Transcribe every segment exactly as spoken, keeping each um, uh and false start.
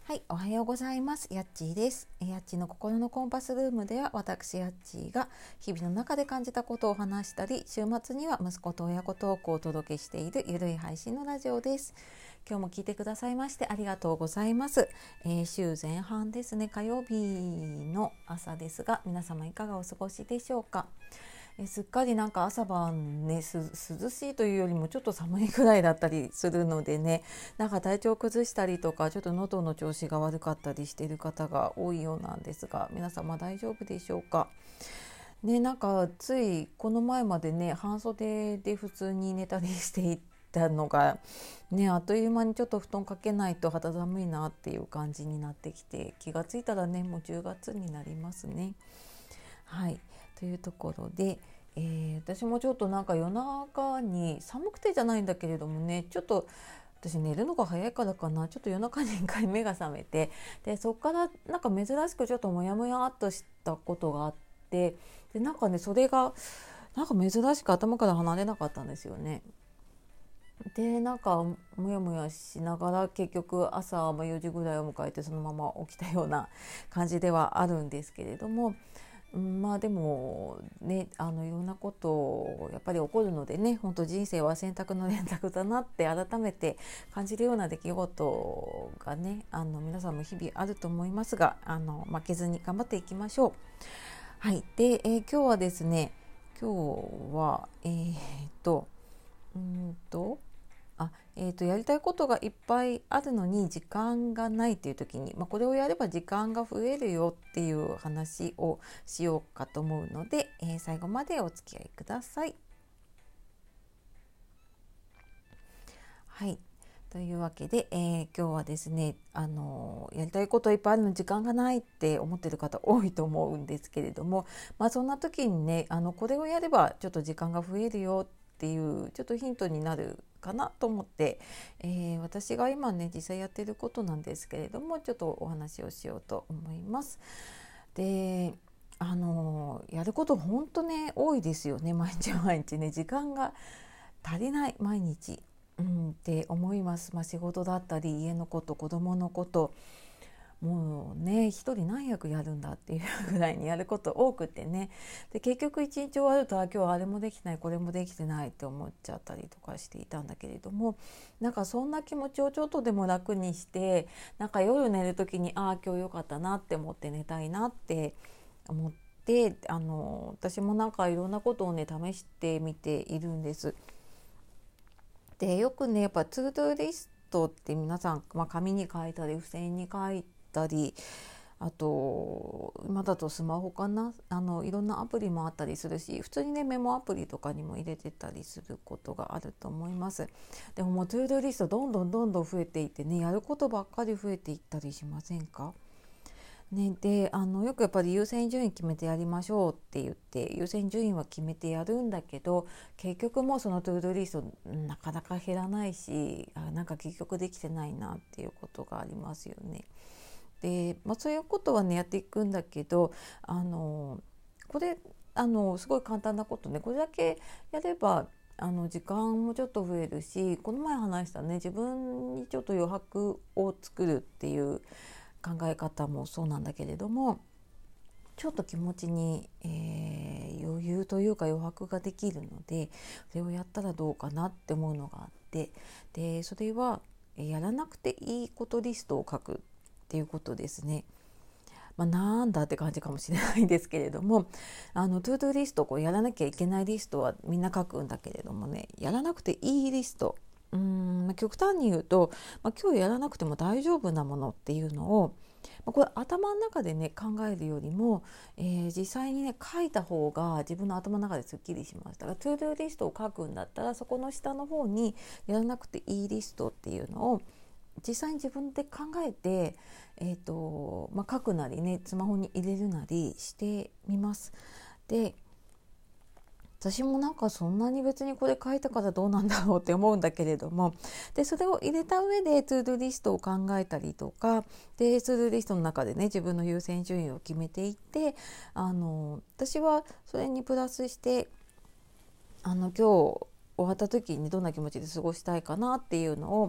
はい、おはようございます。やっちーです。やっちーの心のコンパスルームでは、私やっちーが日々の中で感じたことを話したり、週末には息子と親子トークをお届けしているゆるい配信のラジオです。今日も聞いてくださいましてありがとうございます。えー、週前半ですね、火曜日の朝ですが、皆様いかがお過ごしでしょうか。えすっかりなんか朝晩ねす涼しいというよりもちょっと寒いくらいだったりするのでね、なんか体調を崩したりとかちょっと喉の調子が悪かったりしている方が多いようなんですが、皆様大丈夫でしょうかね。なんかついこの前までね半袖で普通に寝たりしていたのがね、あっという間にちょっと布団かけないと肌寒いなっていう感じになってきて、気がついたらねもうじゅうがつになりますね。はい、というところで、えー、私もちょっとなんか夜中に寒くてじゃないんだけれどもね、ちょっと私寝るのが早いからかな、ちょっと夜中にいっかい目が覚めて、でそっからなんか珍しくちょっとモヤモヤっとしたことがあって、でなんかねそれがなんか珍しく頭から離れなかったんですよね。でなんかモヤモヤしながら結局朝よじぐらいを迎えてそのまま起きたような感じではあるんですけれども、うん、まあでもね、あのいろんなことやっぱり起こるのでね、本当人生は選択の連続だなって改めて感じるような出来事がね、あの皆さんも日々あると思いますが、あの負けずに頑張っていきましょう。はい、で、えー今日はですね、今日はえーっとうんとあえー、とやりたいことがいっぱいあるのに時間がないっていう時に、まあ、これをやれば時間が増えるよっていう話をしようかと思うので、えー最後までお付き合いください。はい、というわけで、えー今日はですね、あのやりたいこといっぱいあるのに時間がないって思ってる方多いと思うんですけれども、まあ、そんな時にね、あのこれをやればちょっと時間が増えるよっていうちょっとヒントになるかなと思って、えー私が今ね実際やっていることなんですけれども、ちょっとお話をしようと思います。であのやること本当ね多いですよね。毎日毎日ね時間が足りない毎日、うん、って思います。まあ、仕事だったり家のこと、子供のこと、もうね一人何役やるんだっていうぐらいにやること多くてね、で結局一日終わると、あ今日はあれもできないこれもできてないって思っちゃったりとかしていたんだけれども、なんかそんな気持ちをちょっとでも楽にして、なんか夜寝る時にああ今日良かったなって思って寝たいなって思って、あの私もなんかいろんなことをね試してみているんです。でよくねやっぱツードゥーリストって皆さん、まあ、紙に書いたり付箋に書いたり、あと今だとスマホかな、あのいろんなアプリもあったりするし、普通にねメモアプリとかにも入れてたりすることがあると思います。でももうトゥードゥーリストどんどんどんどん増えていってね、やることばっかり増えていったりしませんかね。であのよくやっぱり優先順位決めてやりましょうって言って優先順位は決めてやるんだけど、結局もうそのトゥードゥーリストなかなか減らないし、あなんか結局できてないなっていうことがありますよね。で、まあ、そういうことはねやっていくんだけど、あのこれあのすごい簡単なことね、これだけやればあの時間もちょっと増えるし、この前話したね自分にちょっと余白を作るっていう考え方もそうなんだけれども、ちょっと気持ちに、えー余裕というか余白ができるので、それをやったらどうかなって思うのがあって、でそれはやらなくていいことリストを書くっていうことですね。まあ、なんだって感じかもしれないですけれども、あのトゥードゥリスト、こうやらなきゃいけないリストはみんな書くんだけれどもね、やらなくていいリスト、うーん、まあ、極端に言うと、まあ、今日やらなくても大丈夫なものっていうのを、まあ、これ頭の中でね考えるよりも、えー実際にね書いた方が自分の頭の中ですっきりします。だからトゥードゥリストを書くんだったら、そこの下の方にやらなくていいリストっていうのを実際に自分で考えて、えーとまあ、書くなりねスマホに入れるなりしてみます。で私もなんかそんなに別にこれ書いたからどうなんだろうって思うんだけれども、でそれを入れた上でトゥードゥリストを考えたりとかで、トゥードゥリストの中でね自分の優先順位を決めていって、あの私はそれにプラスして、あの今日終わった時にどんな気持ちで過ごしたいかなっていうのを、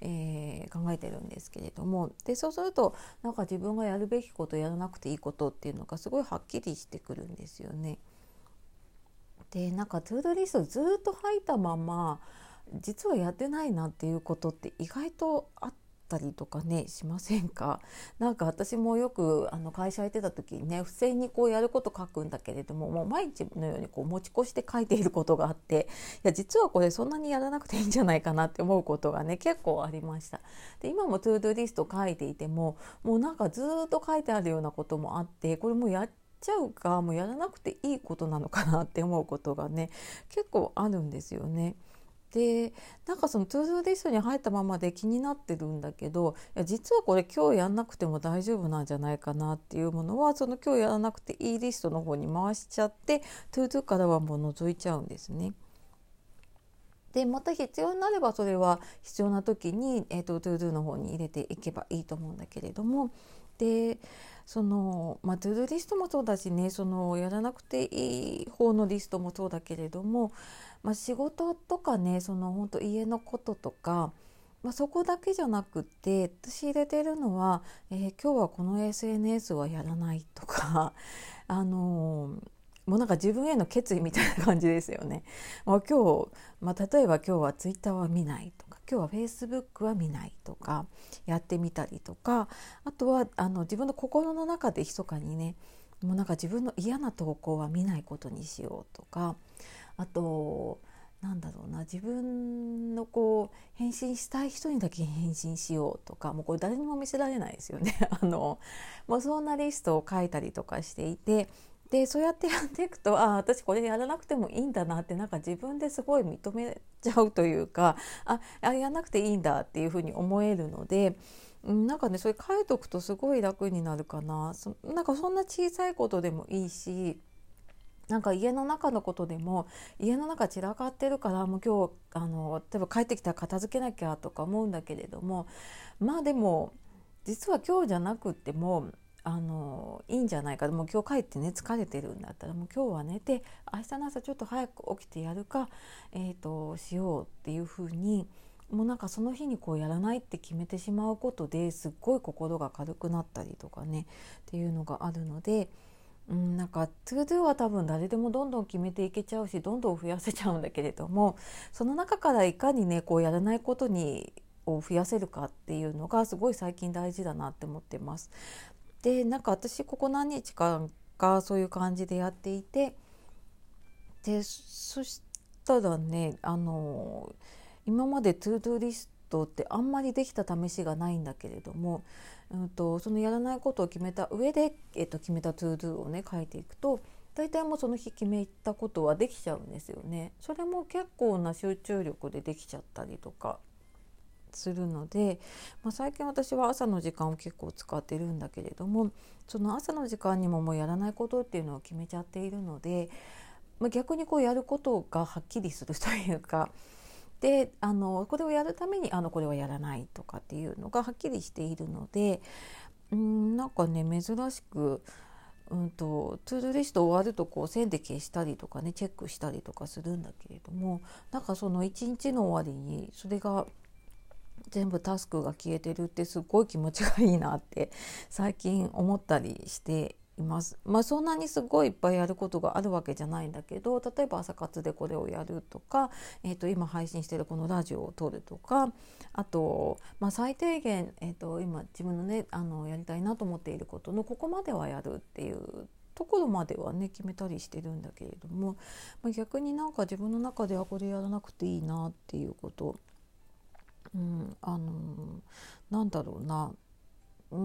えー、考えてるんですけれども、でそうするとなんか自分がやるべきことやらなくていいことっていうのがすごいはっきりしてくるんですよね。でなんかトゥードゥリストずっと吐いたまま実はやってないなっていうことって意外とあったりとかねしませんか？なんか私もよくあの会社行ってた時にね、付箋にこうやること書くんだけれども、もう毎日のようにこう持ち越して書いていることがあって、いや実はこれそんなにやらなくていいんじゃないかなって思うことがね結構ありました。で今もトゥードゥリスト書いていても、もうなんかずっと書いてあるようなこともあって、これもうやっちゃうかもうやらなくていいことなのかなって思うことがね結構あるんですよね。でなんかそのトゥードゥリストに入ったままで気になってるんだけど、いや実はこれ今日やんなくても大丈夫なんじゃないかなっていうものは、その今日やらなくていいリストの方に回しちゃって、トゥードゥからはもう除いちゃうんですね。でまた必要になればそれは必要な時に、えーと、トゥードゥの方に入れていけばいいと思うんだけれども、でその、まあ、トゥードゥリストもそうだしね、そのやらなくていい方のリストもそうだけれども、まあ、仕事とかね、その本当家のこととか、まあ、そこだけじゃなくって私入れてるのは、えー今日はこの エスエヌエス はやらないとかあのーもうなんか自分への決意みたいな感じですよね。もう今日、まあ、例えば今日はツイッターは見ないとか、今日はフェイスブックは見ないとかやってみたりとか、あとはあの自分の心の中で密かにね、もうなんか自分の嫌な投稿は見ないことにしようとか、あとなんだろうな、自分のこう返信したい人にだけ返信しようとか、もうこれ誰にも見せられないですよねあのもうそんなリストを書いたりとかしていて、でそうやってやっていくと、あ私これやらなくてもいいんだなって、なんか自分ですごい認めちゃうというか、ああやらなくていいんだっていうふうに思えるので、うんなんかねそれ書いとくとすごい楽になるかな。そなんかそんな小さいことでもいいし、なんか家の中のことでも、家の中散らかってるからもう今日あの例えば帰ってきたら片付けなきゃとか思うんだけれども、まあでも実は今日じゃなくってもあのいいんじゃないか、もう今日帰ってね疲れてるんだったらもう今日は寝て明日の朝ちょっと早く起きてやるか、えーとしようっていうふうに、もうなんかその日にこうやらないって決めてしまうことですっごい心が軽くなったりとかねっていうのがあるので、うん、なんか トゥードゥ は多分誰でもどんどん決めていけちゃうし、どんどん増やせちゃうんだけれども、その中からいかにねこうやらないことにを増やせるかっていうのがすごい最近大事だなって思ってます。でなんか私ここ何日間かそういう感じでやっていて、でそしたらね、あの今までトゥードゥリストってあんまりできた試しがないんだけれども、うんと、そのやらないことを決めた上で、えっと、決めたトゥードゥをね書いていくと、大体もうその日決めたことはできちゃうんですよね。それも結構な集中力でできちゃったりとかするので、まあ、最近私は朝の時間を結構使ってるんだけれども、その朝の時間にももうやらないことっていうのを決めちゃっているので、まあ、逆にこうやることがはっきりするというか、であのこれをやるためにあのこれはやらないとかっていうのがはっきりしているので、うんなんかね珍しく、うんと、トゥードゥリスト終わるとこう線で消したりとかねチェックしたりとかするんだけれども、なんかその一日の終わりにそれが全部タスクが消えてるってすごい気持ちがいいなって最近思ったりしています。まあそんなにすごいいっぱいやることがあるわけじゃないんだけど、例えば朝活でこれをやるとか、えー、と今配信しているこのラジオを撮るとか、あと、まあ、最低限、えー、と今自分のねあのやりたいなと思っていることのここまではやるっていうところまではね決めたりしてるんだけれども、まあ、逆になんか自分の中ではこれやらなくていいなっていうこと、うん、あのなんだろうな、うん、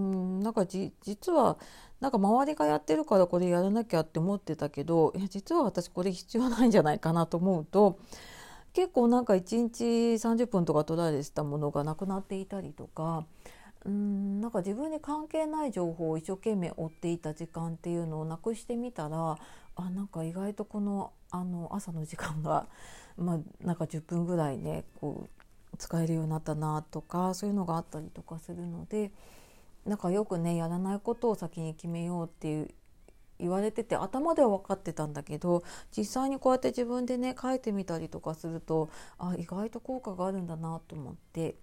なんかじ実はなんか周りがやってるからこれやらなきゃって思ってたけど、いや実は私これ必要ないんじゃないかなと思うと、結構なんかいちにちさんじゅっぷんとか取られてたものがなくなっていたりとか、うんなんか自分に関係ない情報を一生懸命追っていた時間っていうのをなくしてみたら、あなんか意外とこの、あの朝の時間が、まあ、なんかじゅっぷんぐらいねこう使えるようになったなとか、そういうのがあったりとかするので、なんかよくねやらないことを先に決めようっていう言われてて、頭では分かってたんだけど、実際にこうやって自分でね書いてみたりとかすると、あ意外と効果があるんだなと思って、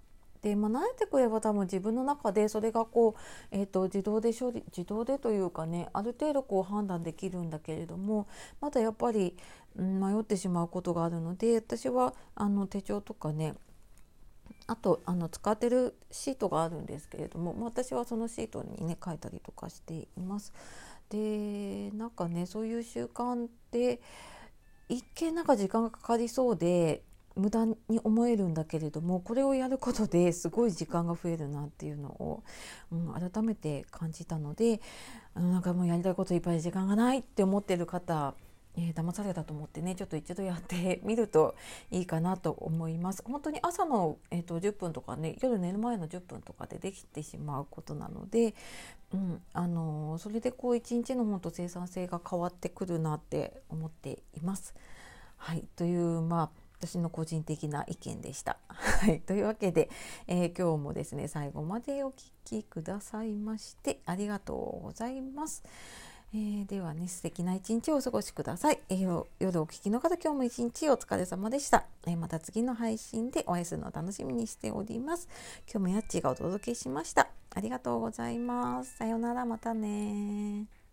で、まあ、慣れてくれば多分自分の中でそれがこう、えーと、自動で処理自動でというかね、ある程度こう判断できるんだけれども、まだやっぱり、うん、迷ってしまうことがあるので、私はあの手帳とかね、あとあの使ってるシートがあるんですけれども、まあ、私はそのシートにね書いたりとかしています。で、なんかね、そういう習慣って一見なんか時間がかかりそうで無駄に思えるんだけれども、これをやることですごい時間が増えるなっていうのを、うん、改めて感じたので、うん、なんかもうやりたいこといっぱい時間がないって思ってる方、えー、騙されたと思ってね、ちょっと一度やってみるといいかなと思います。本当に朝の、えーと、じゅっぷんとかね、夜寝る前のじゅっぷんとかでできてしまうことなので、うん、あのー、それでこう一日の本当生産性が変わってくるなって思っています。はい、というまあ私の個人的な意見でした。はい、というわけで、えー、今日もですね最後までお聞きくださいましてありがとうございます。えー、ではね、素敵な一日をお過ごしください。えー、夜お聞きの方、今日も一日お疲れ様でした。えー、また次の配信でお会いするのを楽しみにしております。今日もやっちがお届けしました。ありがとうございます。さようなら、またね。